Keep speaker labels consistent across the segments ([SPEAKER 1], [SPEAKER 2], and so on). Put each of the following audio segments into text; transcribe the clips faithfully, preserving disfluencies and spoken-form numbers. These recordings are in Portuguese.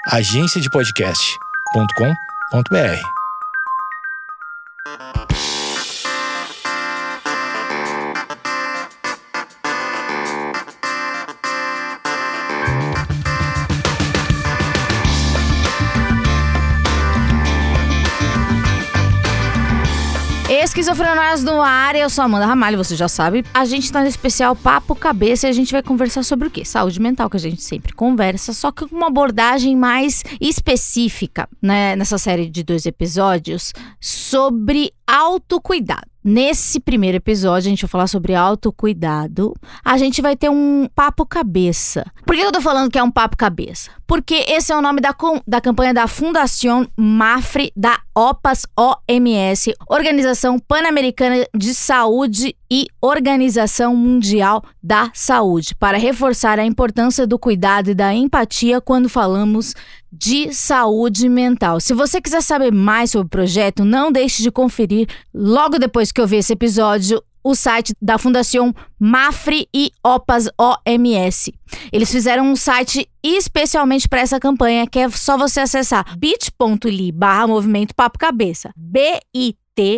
[SPEAKER 1] agência de podcast ponto com ponto b r.
[SPEAKER 2] Esquizofrenóias no ar, eu sou a Amanda Ramalho, você já sabe. A gente tá no especial Papo Cabeça e a gente vai conversar sobre o quê? Saúde mental, que a gente sempre conversa, só que com uma abordagem mais específica, né, nessa série de dois episódios, sobre autocuidado. Nesse primeiro episódio, a gente vai falar sobre autocuidado. A gente vai ter um papo cabeça. Por que eu tô falando que é um papo cabeça? Porque esse é o nome da, da campanha da Fundação MAFRE, da OPAS O M S, Organização Pan-Americana de Saúde e Organização Mundial da Saúde, para reforçar a importância do cuidado e da empatia quando falamos de saúde mental. Se você quiser saber mais sobre o projeto, não deixe de conferir, logo depois que eu ver esse episódio, o site da Fundação MAFRE e OPAS O M S. Eles fizeram um site especialmente para essa campanha, que é só você acessar bit.ly barra movimento papo cabeça, bit.ly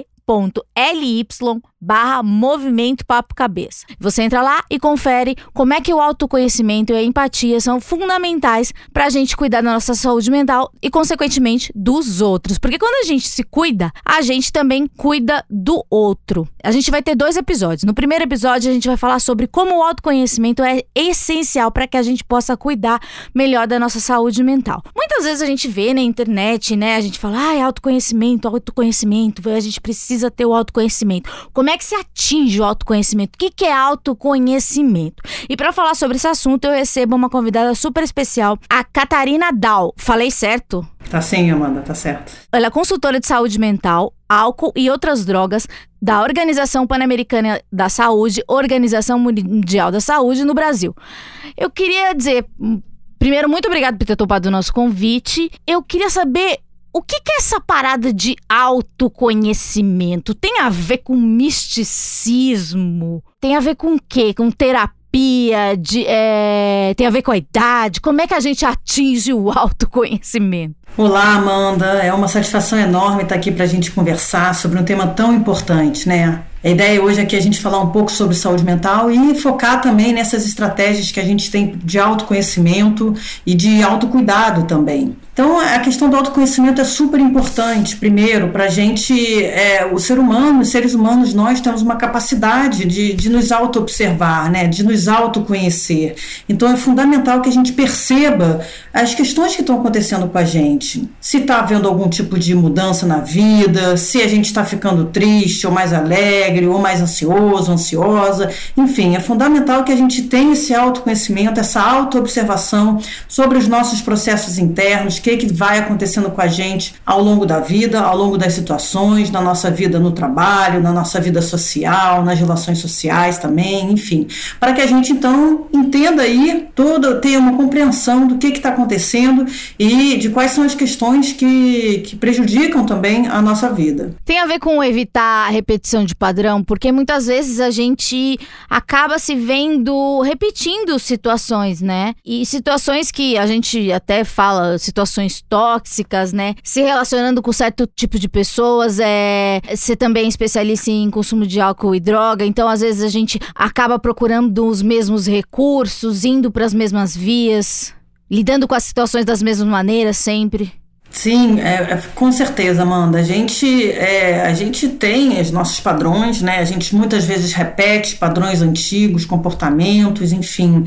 [SPEAKER 2] barra movimento papo cabeça. Você entra lá e confere como é que o autoconhecimento e a empatia são fundamentais para a gente cuidar da nossa saúde mental e, consequentemente, dos outros. Porque quando a gente se cuida, a gente também cuida do outro. A gente vai ter dois episódios. No primeiro episódio, a gente vai falar sobre como o autoconhecimento é essencial para que a gente possa cuidar melhor da nossa saúde mental. Muitas vezes a gente vê na internet, né? A gente fala, ah, autoconhecimento, autoconhecimento, a gente precisa ter o autoconhecimento. Como é que se atinge o autoconhecimento? O que, que é autoconhecimento? E para falar sobre esse assunto, eu recebo uma convidada super especial, a Catarina Dal. Falei certo?
[SPEAKER 3] Tá sim, Amanda, tá certo.
[SPEAKER 2] Ela é consultora de saúde mental, álcool e outras drogas da Organização Pan-Americana da Saúde, Organização Mundial da Saúde no Brasil. Eu queria dizer, primeiro, muito obrigada por ter topado o nosso convite. Eu queria saber, o que, que é essa parada de autoconhecimento? Tem a ver com misticismo? Tem a ver com o quê? Com terapia? De, é... Tem a ver com a idade? Como é que a gente atinge o autoconhecimento?
[SPEAKER 3] Olá, Amanda. É uma satisfação enorme estar aqui para a gente conversar sobre um tema tão importante, né? A ideia hoje é que a gente falar um pouco sobre saúde mental e focar também nessas estratégias que a gente tem de autoconhecimento e de autocuidado também. Então, a questão do autoconhecimento é super importante. Primeiro, para a gente, é, o ser humano, os seres humanos, nós temos uma capacidade de, de nos auto-observar, né? De nos autoconhecer. Então, é fundamental que a gente perceba as questões que estão acontecendo com a gente. Se está havendo algum tipo de mudança na vida, se a gente está ficando triste ou mais alegre, ou mais ansioso, ansiosa, enfim, é fundamental que a gente tenha esse autoconhecimento, essa auto-observação sobre os nossos processos internos, o que, que vai acontecendo com a gente ao longo da vida, ao longo das situações, na nossa vida no trabalho, na nossa vida social, nas relações sociais também, enfim, para que a gente então entenda aí, toda, tenha uma compreensão do que está acontecendo e de quais são as questões que, que prejudicam também a nossa vida.
[SPEAKER 2] Tem a ver com evitar a repetição de padrão, porque muitas vezes a gente acaba se vendo repetindo situações, né? E situações que a gente até fala, situações tóxicas, né? Se relacionando com certo tipo de pessoas, é ser também especialista em consumo de álcool e droga, então às vezes a gente acaba procurando os mesmos recursos, indo para as mesmas vias, lidando com as situações das mesmas maneiras sempre.
[SPEAKER 3] Sim, é, é, com certeza, Amanda. A gente, é, a gente tem os nossos padrões, né? A gente muitas vezes repete padrões antigos, comportamentos, enfim.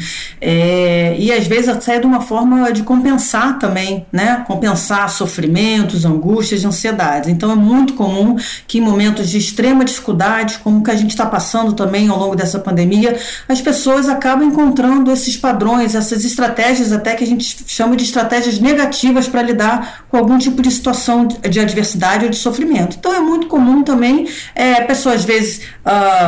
[SPEAKER 3] É, e às vezes até de uma forma de compensar também, né? Compensar sofrimentos, angústias, ansiedades. Então é muito comum que em momentos de extrema dificuldade, como que a gente está passando também ao longo dessa pandemia, as pessoas acabam encontrando esses padrões, essas estratégias até que a gente chama de estratégias negativas para lidar com algum tipo de situação de adversidade ou de sofrimento. Então é muito comum também, é, pessoas às vezes uh,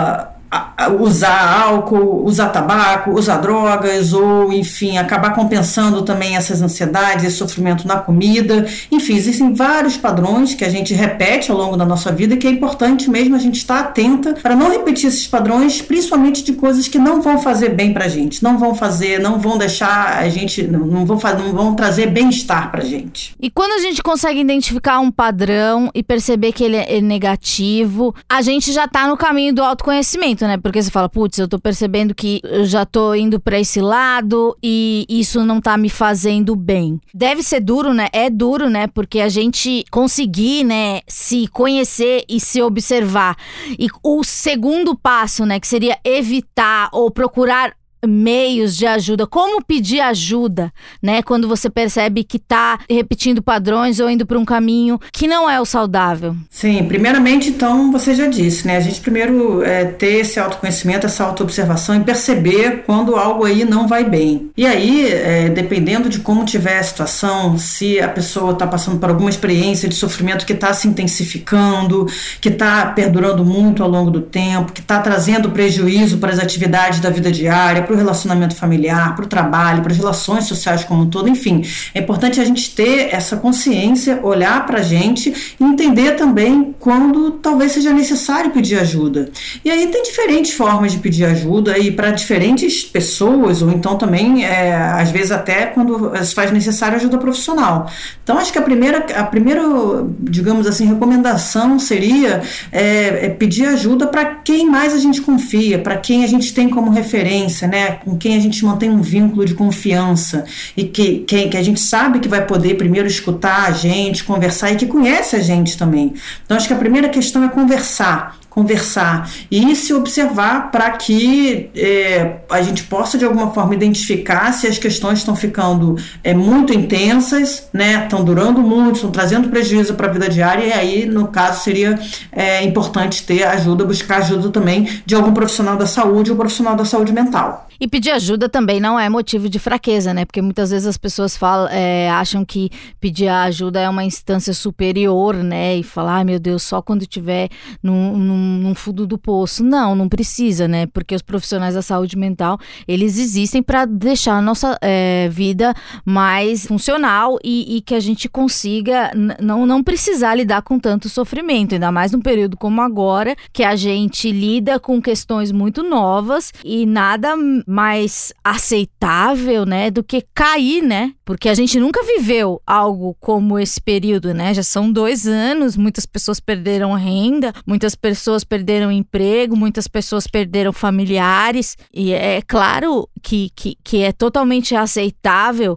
[SPEAKER 3] usar álcool, usar tabaco, usar drogas, ou, enfim, acabar compensando também essas ansiedades, esse sofrimento na comida. Enfim, existem vários padrões que a gente repete ao longo da nossa vida e que é importante mesmo a gente estar atenta para não repetir esses padrões, principalmente de coisas que não vão fazer bem pra gente, não vão fazer, não vão deixar a gente, não, não, vão, não vão trazer bem-estar pra gente.
[SPEAKER 2] E quando a gente consegue identificar um padrão e perceber que ele é negativo, a gente já tá no caminho do autoconhecimento, né? Porque você fala, putz, eu tô percebendo que eu já tô indo pra esse lado e isso não tá me fazendo bem. Deve ser duro, né? É duro, né? Porque a gente conseguir, né, se conhecer e se observar. E o segundo passo, né, que seria evitar ou procurar meios de ajuda, como pedir ajuda, né, quando você percebe que tá repetindo padrões ou indo para um caminho que não é o saudável.
[SPEAKER 3] Sim, primeiramente, então, você já disse, né, a gente primeiro é, ter esse autoconhecimento, essa autoobservação e perceber quando algo aí não vai bem. E aí, é, dependendo de como tiver a situação, se a pessoa está passando por alguma experiência de sofrimento que está se intensificando, que está perdurando muito ao longo do tempo, que está trazendo prejuízo para as atividades da vida diária, para o relacionamento familiar, para o trabalho, para as relações sociais como um todo, enfim, é importante a gente ter essa consciência, olhar para a gente e entender também quando talvez seja necessário pedir ajuda. E aí tem diferentes formas de pedir ajuda e para diferentes pessoas, ou então também, é, às vezes até quando se faz necessário ajuda profissional. Então acho que a primeira, a primeira digamos assim, recomendação seria é, é pedir ajuda para quem mais a gente confia, para quem a gente tem como referência, né? Com quem a gente mantém um vínculo de confiança e que, que, que a gente sabe que vai poder primeiro escutar a gente, conversar e que conhece a gente também. Então acho que a primeira questão é conversar. conversar e se observar para que é, a gente possa de alguma forma identificar se as questões estão ficando é, muito intensas, né, estão durando muito, estão trazendo prejuízo para a vida diária, e aí no caso seria é, importante ter ajuda, buscar ajuda também de algum profissional da saúde ou profissional da saúde mental.
[SPEAKER 2] E pedir ajuda também não é motivo de fraqueza, né? Porque muitas vezes as pessoas falam, é, acham que pedir ajuda é uma instância superior, né? E falar, ai meu Deus, só quando estiver num, num, num fundo do poço. Não, não precisa, né? Porque os profissionais da saúde mental, eles existem para deixar a nossa é, vida mais funcional e, e que a gente consiga n- não, não precisar lidar com tanto sofrimento. Ainda mais num período como agora, que a gente lida com questões muito novas e nada mais aceitável, né, do que cair, né, porque a gente nunca viveu algo como esse período, né, já são dois anos, muitas pessoas perderam renda, muitas pessoas perderam emprego, muitas pessoas perderam familiares, e é claro que, que, que é totalmente aceitável,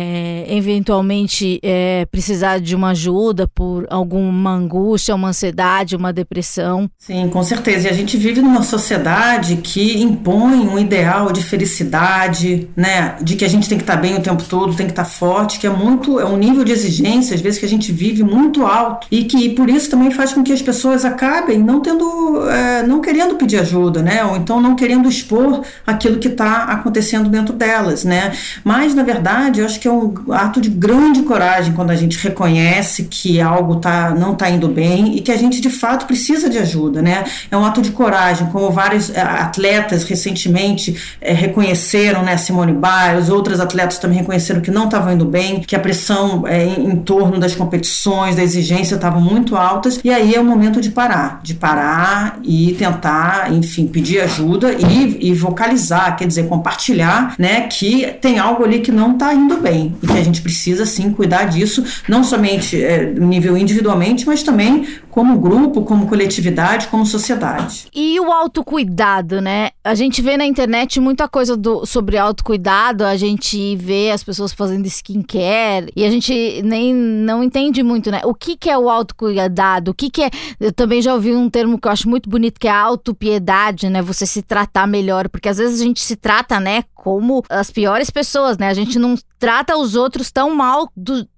[SPEAKER 2] é, eventualmente, é, precisar de uma ajuda por alguma angústia, uma ansiedade, uma depressão.
[SPEAKER 3] Sim, com certeza, e a gente vive numa sociedade que impõe um ideal de felicidade, né, de que a gente tem que estar bem o tempo todo, tem que estar forte, que é muito, é um nível de exigência, às vezes, que a gente vive muito alto e que por isso também faz com que as pessoas acabem não tendo, é, não querendo pedir ajuda, né, ou então não querendo expor aquilo que está acontecendo dentro delas, né, mas na verdade eu acho que é um ato de grande coragem quando a gente reconhece que algo tá, não está indo bem e que a gente de fato precisa de ajuda, né, é um ato de coragem, como vários atletas recentemente É, reconheceram, né, Simone Biles, outras atletas também reconheceram que não estavam indo bem, que a pressão é, em, em torno das competições, da exigência estavam muito altas, e aí é o momento de parar, de parar e tentar, enfim, pedir ajuda e, e vocalizar, quer dizer, compartilhar, né, que tem algo ali que não está indo bem e que a gente precisa, sim, cuidar disso, não somente é, no nível individualmente, mas também como grupo, como coletividade, como sociedade.
[SPEAKER 2] E o autocuidado, né? A gente vê na internet muita coisa do, sobre autocuidado, a gente vê as pessoas fazendo skincare e a gente nem não entende muito, né? O que, que é o autocuidado? O que, que é... Eu também já ouvi um termo que eu acho muito bonito, que é a autopiedade, né? Você se tratar melhor, porque às vezes a gente se trata, né, como as piores pessoas, né? A gente não trata os outros tão mal do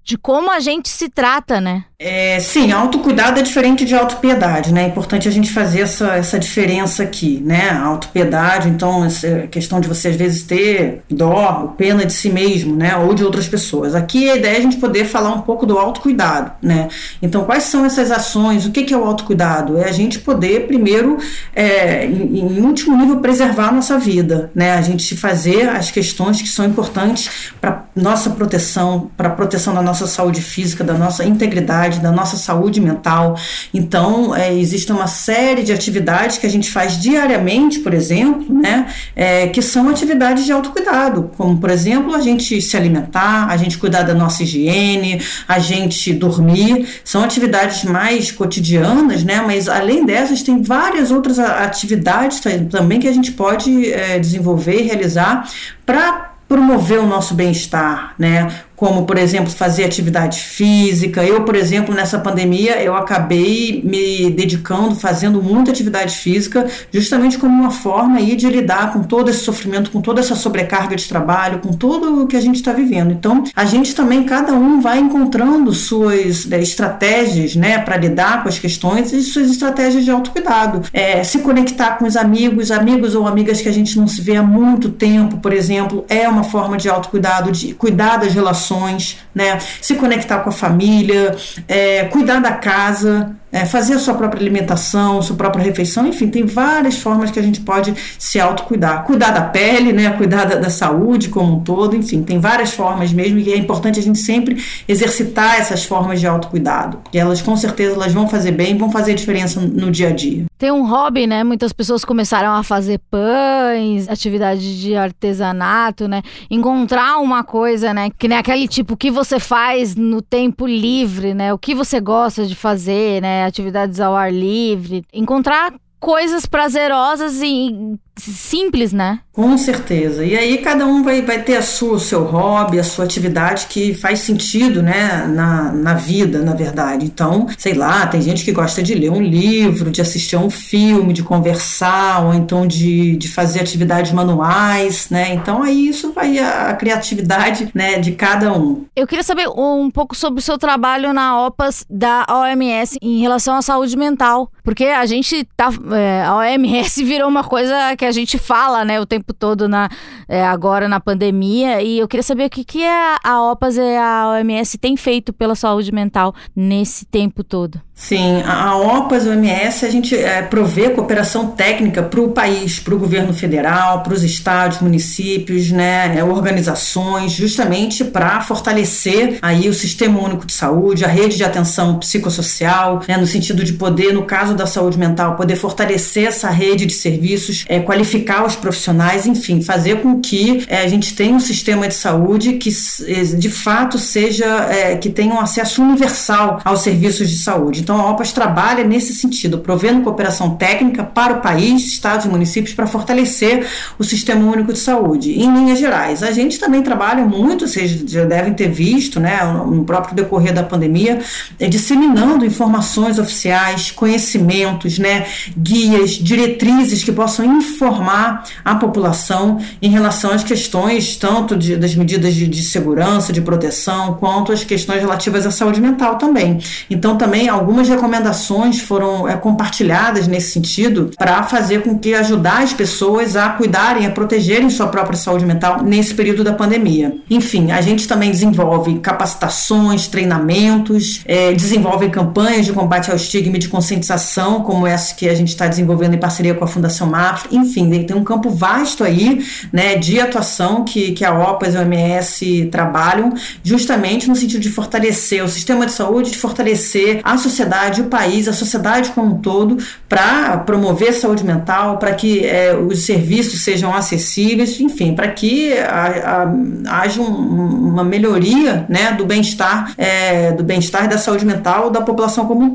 [SPEAKER 2] de como a gente se trata, né?
[SPEAKER 3] É, sim, autocuidado é diferente de autopiedade, né? É importante a gente fazer essa, essa diferença aqui, né? A autopiedade, então, essa questão de você às vezes ter dó, pena de si mesmo, né? Ou de outras pessoas. Aqui a ideia é a gente poder falar um pouco do autocuidado, né? Então, quais são essas ações? O que, que é o autocuidado? É a gente poder, primeiro, é, em, em último nível, preservar a nossa vida, né? A gente fazer as questões que são importantes para nossa proteção, para a proteção da nossa saúde física, da nossa integridade, da nossa saúde mental. Então, é, existe uma série de atividades que a gente faz diariamente, por exemplo, né, é, que são atividades de autocuidado, como, por exemplo, a gente se alimentar, a gente cuidar da nossa higiene, a gente dormir. São atividades mais cotidianas, né, mas além dessas, tem várias outras atividades também que a gente pode é, desenvolver e realizar para promover o nosso bem-estar, né? Como, por exemplo, fazer atividade física. Eu, por exemplo, nessa pandemia, eu acabei me dedicando, fazendo muita atividade física, justamente como uma forma aí de lidar com todo esse sofrimento, com toda essa sobrecarga de trabalho, com tudo o que a gente está vivendo. Então, a gente também, cada um vai encontrando suas né, estratégias, né, para lidar com as questões e suas estratégias de autocuidado. É, se conectar com os amigos, amigos ou amigas que a gente não se vê há muito tempo, por exemplo, é uma forma de autocuidado, de cuidar das relações, né? Se conectar com a família, é, cuidar da casa, é, fazer a sua própria alimentação, sua própria refeição, enfim, tem várias formas que a gente pode se autocuidar. Cuidar da pele, né? Cuidar da, da saúde como um todo, enfim, tem várias formas mesmo e é importante a gente sempre exercitar essas formas de autocuidado, e elas com certeza elas vão fazer bem, vão fazer diferença no dia a dia.
[SPEAKER 2] Tem um hobby, né? Muitas pessoas começaram a fazer pães, atividade de artesanato, né? Encontrar uma coisa, né? Que nem aquele tipo, o que você faz no tempo livre, né? O que você gosta de fazer, né? Atividades ao ar livre. Encontrar coisas prazerosas e simples, né?
[SPEAKER 3] Com certeza. E aí cada um vai, vai ter a sua, o seu hobby, a sua atividade que faz sentido, né, na, na vida, na verdade. Então, sei lá, tem gente que gosta de ler um livro, de assistir a um filme, de conversar, ou então de, de fazer atividades manuais, né? Então aí isso vai a, a criatividade, né, de cada um.
[SPEAKER 2] Eu queria saber um pouco sobre o seu trabalho na O P A S da O M S em relação à saúde mental, porque a gente tá, é, a O M S virou uma coisa que a gente fala, né, o tempo todo na, é, agora na pandemia, e eu queria saber o que, que a O P A S e a O M S tem feito pela saúde mental nesse tempo todo.
[SPEAKER 3] Sim, a O P A S e a O M S, a gente é, provê cooperação técnica para o país, para o governo federal, para os estados, municípios, né, organizações, justamente para fortalecer aí o Sistema Único de Saúde, a rede de atenção psicossocial, né, no sentido de poder, no caso da saúde mental, poder fortalecer essa rede de serviços, é, qualificar os profissionais, enfim, fazer com que é, a gente tenha um sistema de saúde que de fato seja, é, que tenha um acesso universal aos serviços de saúde. Então a O P A S trabalha nesse sentido, provendo cooperação técnica para o país, estados e municípios para fortalecer o Sistema Único de Saúde. Em linhas gerais, a gente também trabalha muito, vocês já devem ter visto, né, no próprio decorrer da pandemia, é, disseminando informações oficiais, conhecimentos, né, guias, diretrizes que possam informar a população em relação às questões tanto de, das medidas de, de segurança, de proteção, quanto as questões relativas à saúde mental também. Então também algumas recomendações foram é, compartilhadas nesse sentido para fazer com que ajudar as pessoas a cuidarem, a protegerem sua própria saúde mental nesse período da pandemia. Enfim, a gente também desenvolve capacitações, treinamentos, é, desenvolve campanhas de combate ao estigma e de conscientização, como essa que a gente está desenvolvendo em parceria com a Fundação MAPS. Enfim, tem um campo vasto aí, né, de atuação que, que a O P A S e a O M S trabalham, justamente no sentido de fortalecer o sistema de saúde, de fortalecer a sociedade, o país, a sociedade como um todo, para promover a saúde mental, para que é, os serviços sejam acessíveis, enfim, para que a, a, haja um, uma melhoria, né, do bem-estar, é, do bem-estar e da saúde mental da população como um todo.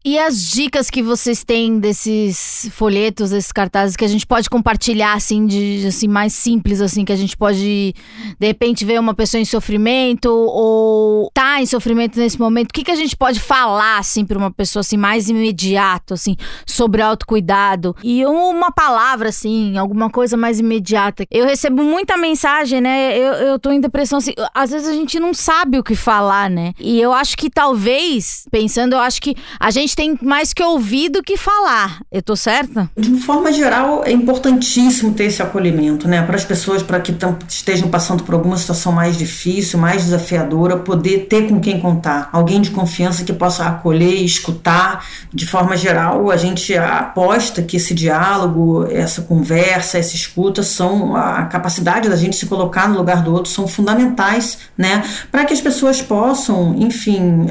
[SPEAKER 2] E as dicas que vocês têm desses folhetos, desses cartazes que a gente pode compartilhar, assim, de assim, mais simples, assim, que a gente pode, de repente, ver uma pessoa em sofrimento ou tá em sofrimento nesse momento, o que, que a gente pode falar, assim, pra uma pessoa, assim, mais imediato, assim, sobre autocuidado? E uma palavra, assim, alguma coisa mais imediata. Eu recebo muita mensagem, né? Eu, eu tô em depressão, assim, às vezes a gente não sabe o que falar, né? E eu acho que talvez, pensando, eu acho que a gente tem mais que ouvir do que falar. Eu tô certa?
[SPEAKER 3] De uma forma geral, é importantíssimo ter esse acolhimento, né? Para as pessoas, para que tam- estejam passando por alguma situação mais difícil, mais desafiadora, poder ter com quem contar. Alguém de confiança que possa acolher e escutar. De forma geral, a gente aposta que esse diálogo, essa conversa, essa escuta são a capacidade da gente se colocar no lugar do outro, são fundamentais, né? Para que as pessoas possam, enfim,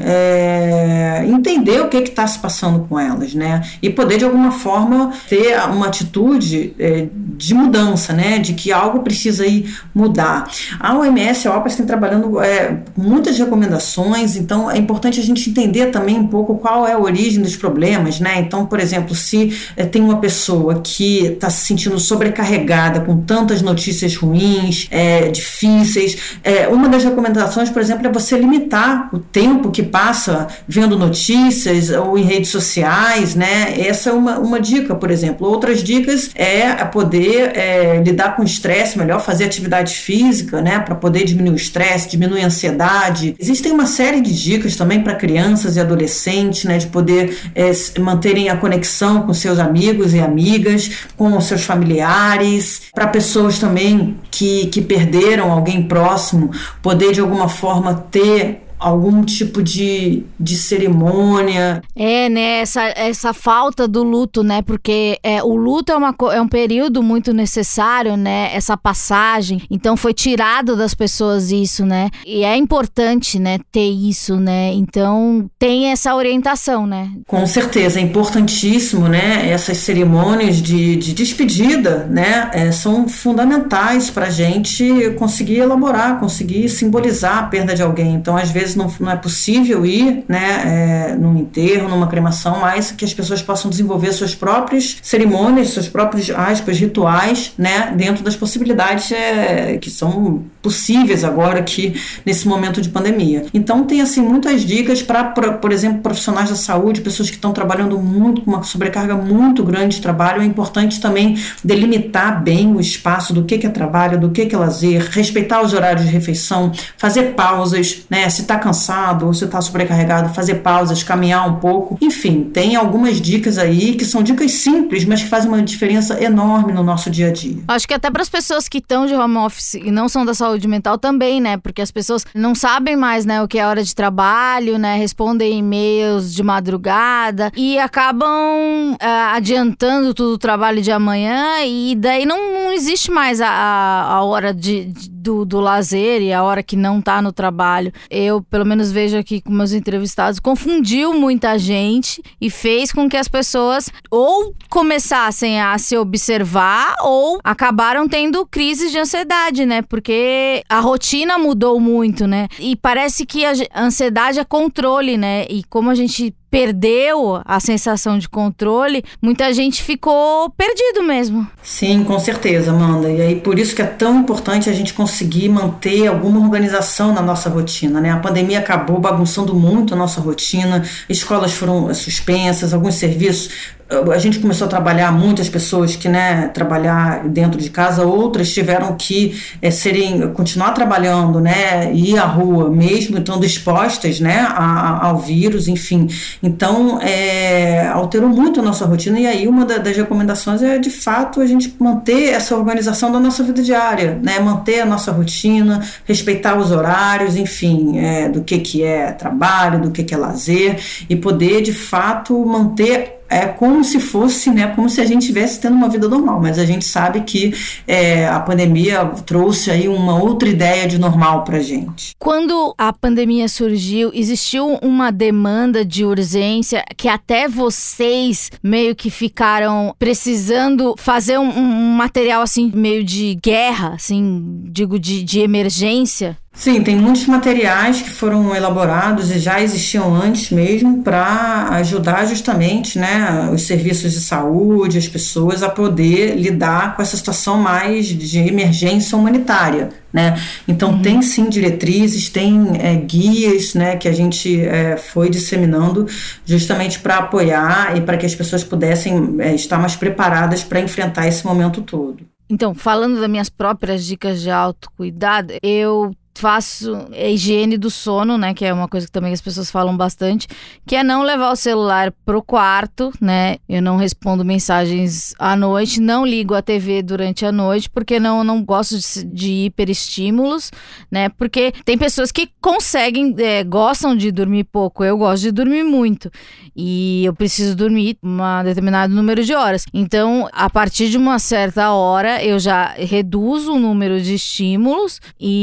[SPEAKER 3] é, entender o que está se passando com elas, né? E poder, de alguma forma, ter uma atitude é, de mudança, né? De que algo precisa ir mudar. A O M S, a OPAS, tem trabalhando é, muitas recomendações, então é importante a gente entender também um pouco qual é a origem dos problemas, né? Então, por exemplo, se é, tem uma pessoa que está se sentindo sobrecarregada com tantas notícias ruins, é, difíceis, é, uma das recomendações, por exemplo, é você limitar o tempo que passa vendo notícias ou em redes sociais, né? Essa é uma, uma dica, por exemplo. Outras dicas é poder é, lidar com o estresse melhor, fazer atividade física, né? Para poder diminuir o estresse, diminuir a ansiedade. Existem uma série de dicas também para crianças e adolescentes, né? De poder é, manterem a conexão com seus amigos e amigas, com os seus familiares, para pessoas também que, que perderam alguém próximo, poder de alguma forma ter algum tipo de, de cerimônia.
[SPEAKER 2] É, né, essa, essa falta do luto, né, porque é, o luto é, uma, é um período muito necessário, né, essa passagem, então foi tirado das pessoas isso, né, e é importante, né, ter isso, né, então tem essa orientação, né.
[SPEAKER 3] Com certeza, é importantíssimo, né, essas cerimônias de, de despedida, né, é, são fundamentais para a gente conseguir elaborar, conseguir simbolizar a perda de alguém, então às vezes Não, não é possível ir, né, é, num enterro, numa cremação, mas que as pessoas possam desenvolver suas próprias cerimônias, seus próprios, aspas, rituais, né, dentro das possibilidades é, que são possíveis agora aqui nesse momento de pandemia. Então tem assim muitas dicas para, por exemplo, profissionais da saúde, pessoas que estão trabalhando muito, com uma sobrecarga muito grande de trabalho. É importante também delimitar bem o espaço do que, que é trabalho, do que, que é lazer, respeitar os horários de refeição, fazer pausas, né, se está cansado ou se está sobrecarregado, fazer pausas, caminhar um pouco. Enfim, tem algumas dicas aí que são dicas simples, mas que fazem uma diferença enorme no nosso dia a dia.
[SPEAKER 2] Acho que até para as pessoas que estão de home office e não são da saúde mental também, né? Porque as pessoas não sabem mais, né, o que é hora de trabalho, né? Respondem e-mails de madrugada e acabam uh, adiantando tudo o trabalho de amanhã e daí não, não existe mais a, a hora de, de, do, do lazer e a hora que não tá no trabalho. Eu, pelo menos, vejo aqui com meus entrevistados, confundiu muita gente e fez com que as pessoas ou começassem a se observar ou acabaram tendo crises de ansiedade, né? Porque a rotina mudou muito, né? E parece que a ansiedade é controle, né? E como a gente perdeu a sensação de controle, muita gente ficou perdido mesmo.
[SPEAKER 3] Sim, com certeza, Amanda. E aí por isso que é tão importante a gente conseguir manter alguma organização na nossa rotina, né? A pandemia acabou bagunçando muito a nossa rotina, escolas foram suspensas, alguns serviços. A gente começou a trabalhar, muitas pessoas que, né, trabalhar dentro de casa, outras tiveram que é, serem, continuar trabalhando, né, ir à rua, mesmo estando expostas, né, a, ao vírus, enfim. Então, é, alterou muito a nossa rotina e aí uma da, das recomendações é, de fato, a gente manter essa organização da nossa vida diária, né, manter a nossa rotina, respeitar os horários, enfim, é, do que, que é trabalho, do que, que é lazer e poder, de fato, manter é como se fosse, né, como se a gente estivesse tendo uma vida normal, mas a gente sabe que é, a pandemia trouxe aí uma outra ideia de normal pra gente.
[SPEAKER 2] Quando a pandemia surgiu, existiu uma demanda de urgência que até vocês meio que ficaram precisando fazer um, um material assim, meio de guerra, assim, digo, de, de emergência?
[SPEAKER 3] Sim, tem muitos materiais que foram elaborados e já existiam antes mesmo para ajudar justamente, né, os serviços de saúde, as pessoas a poder lidar com essa situação mais de emergência humanitária, né? Então uhum. tem sim diretrizes, tem é, guias, né, que a gente é, foi disseminando justamente para apoiar e para que as pessoas pudessem é, estar mais preparadas para enfrentar esse momento todo.
[SPEAKER 2] Então, falando das minhas próprias dicas de autocuidado, eu faço a higiene do sono, né, que é uma coisa que também as pessoas falam bastante, que é não levar o celular pro quarto, né, eu não respondo mensagens à noite, não ligo a T V durante a noite, porque não, não gosto de, de hiperestímulos, né, porque tem pessoas que conseguem, é, gostam de dormir pouco, eu gosto de dormir muito, e eu preciso dormir um determinado número de horas, então, a partir de uma certa hora, eu já reduzo o número de estímulos,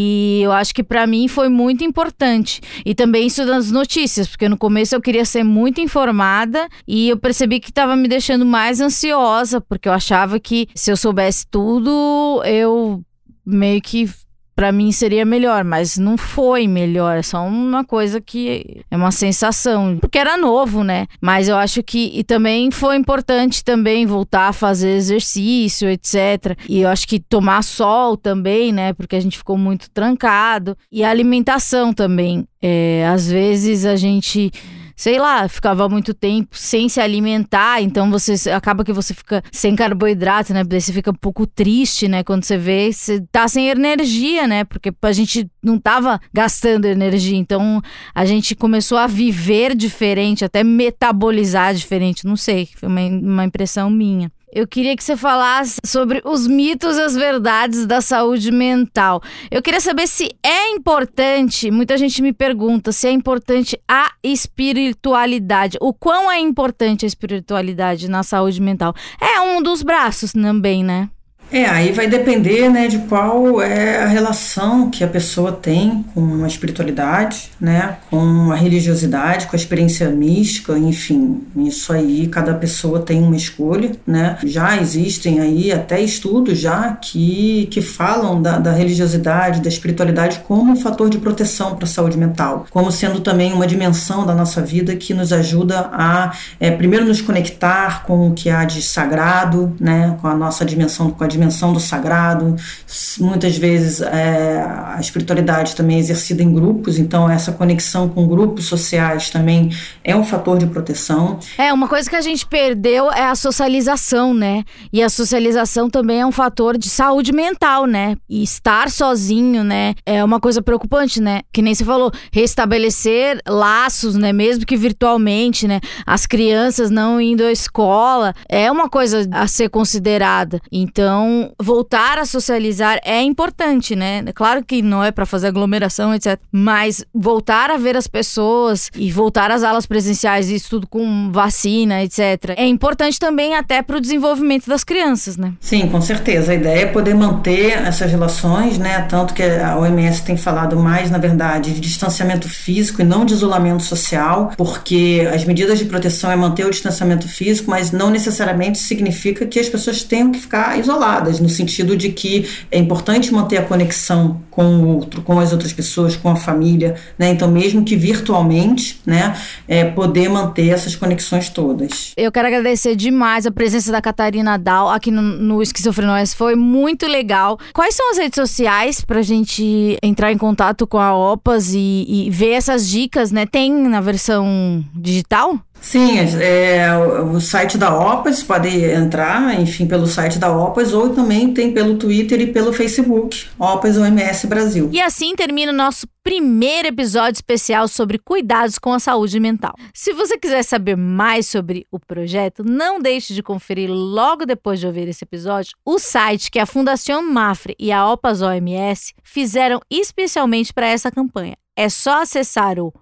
[SPEAKER 2] e eu acho que pra mim foi muito importante. E também isso das notícias, porque no começo eu queria ser muito informada e eu percebi que estava me deixando mais ansiosa, porque eu achava que se eu soubesse tudo, eu meio que pra mim seria melhor, mas não foi melhor, é só uma coisa que é uma sensação, porque era novo, né? Mas eu acho que e também foi importante também voltar a fazer exercício, etcétera. E eu acho que tomar sol também, né? Porque a gente ficou muito trancado. E a alimentação também. É, às vezes a gente... sei lá, ficava muito tempo sem se alimentar, então você acaba que você fica sem carboidrato, né? Daí você fica um pouco triste, né? Quando você vê, você tá sem energia, né? Porque a gente não tava gastando energia, então a gente começou a viver diferente, até metabolizar diferente, não sei, foi uma, uma impressão minha. Eu queria que você falasse sobre os mitos e as verdades da saúde mental. Eu queria saber se é importante, muita gente me pergunta, se é importante a espiritualidade. O quão é importante a espiritualidade na saúde mental? É um dos braços também, né?
[SPEAKER 3] É, aí vai depender, né, de qual é a relação que a pessoa tem com a espiritualidade, né, com a religiosidade, com a experiência mística, enfim, isso aí cada pessoa tem uma escolha, né, já existem aí até estudos já que, que falam da, da religiosidade, da espiritualidade como um fator de proteção para a saúde mental, como sendo também uma dimensão da nossa vida que nos ajuda a, é, primeiro nos conectar com o que há de sagrado, né, com a nossa dimensão, com a dimensão do sagrado, muitas vezes é, a espiritualidade também é exercida em grupos, então essa conexão com grupos sociais também é um fator de proteção.
[SPEAKER 2] É, uma coisa que a gente perdeu é a socialização, né? E a socialização também é um fator de saúde mental, né? E estar sozinho, né? É uma coisa preocupante, né? Que nem você falou, restabelecer laços, né? Mesmo que virtualmente, né? As crianças não indo à escola, é uma coisa a ser considerada. Então, voltar a socializar é importante, né? Claro que não é para fazer aglomeração, etcétera. Mas voltar a ver as pessoas e voltar às aulas presenciais, isso tudo com vacina, etcétera. É importante também até para o desenvolvimento das crianças, né?
[SPEAKER 3] Sim, com certeza. A ideia é poder manter essas relações, né? Tanto que a O M S tem falado mais, na verdade, de distanciamento físico e não de isolamento social, porque as medidas de proteção é manter o distanciamento físico, mas não necessariamente significa que as pessoas tenham que ficar isoladas, no sentido de que é importante manter a conexão com o outro, com as outras pessoas, com a família, né? Então, mesmo que virtualmente, né, é, poder manter essas conexões todas.
[SPEAKER 2] Eu quero agradecer demais a presença da Catarina Dal aqui no, no Esquizofrenóias, foi muito legal. Quais são as redes sociais pra gente entrar em contato com a OPAS e, e ver essas dicas, né? Tem na versão digital?
[SPEAKER 3] Sim, é, o site da OPAS, pode entrar, enfim, pelo site da OPAS, ou também tem pelo Twitter e pelo Facebook, OPAS O M S Brasil.
[SPEAKER 2] E assim termina o nosso primeiro episódio especial sobre cuidados com a saúde mental. Se você quiser saber mais sobre o projeto, não deixe de conferir logo depois de ouvir esse episódio o site que a Fundação Mafre e a OPAS O M S fizeram especialmente para essa campanha. É só acessar o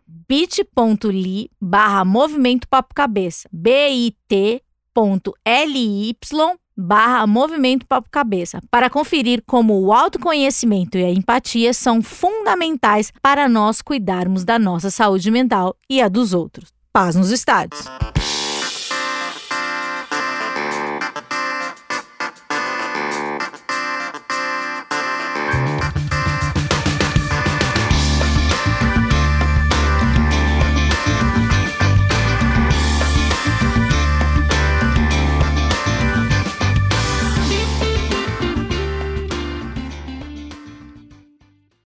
[SPEAKER 2] bit.ly barra Movimento Papo Cabeça, bit.ly barra Movimento Papo Cabeça, para conferir como o autoconhecimento e a empatia são fundamentais para nós cuidarmos da nossa saúde mental e a dos outros. Paz nos estádios.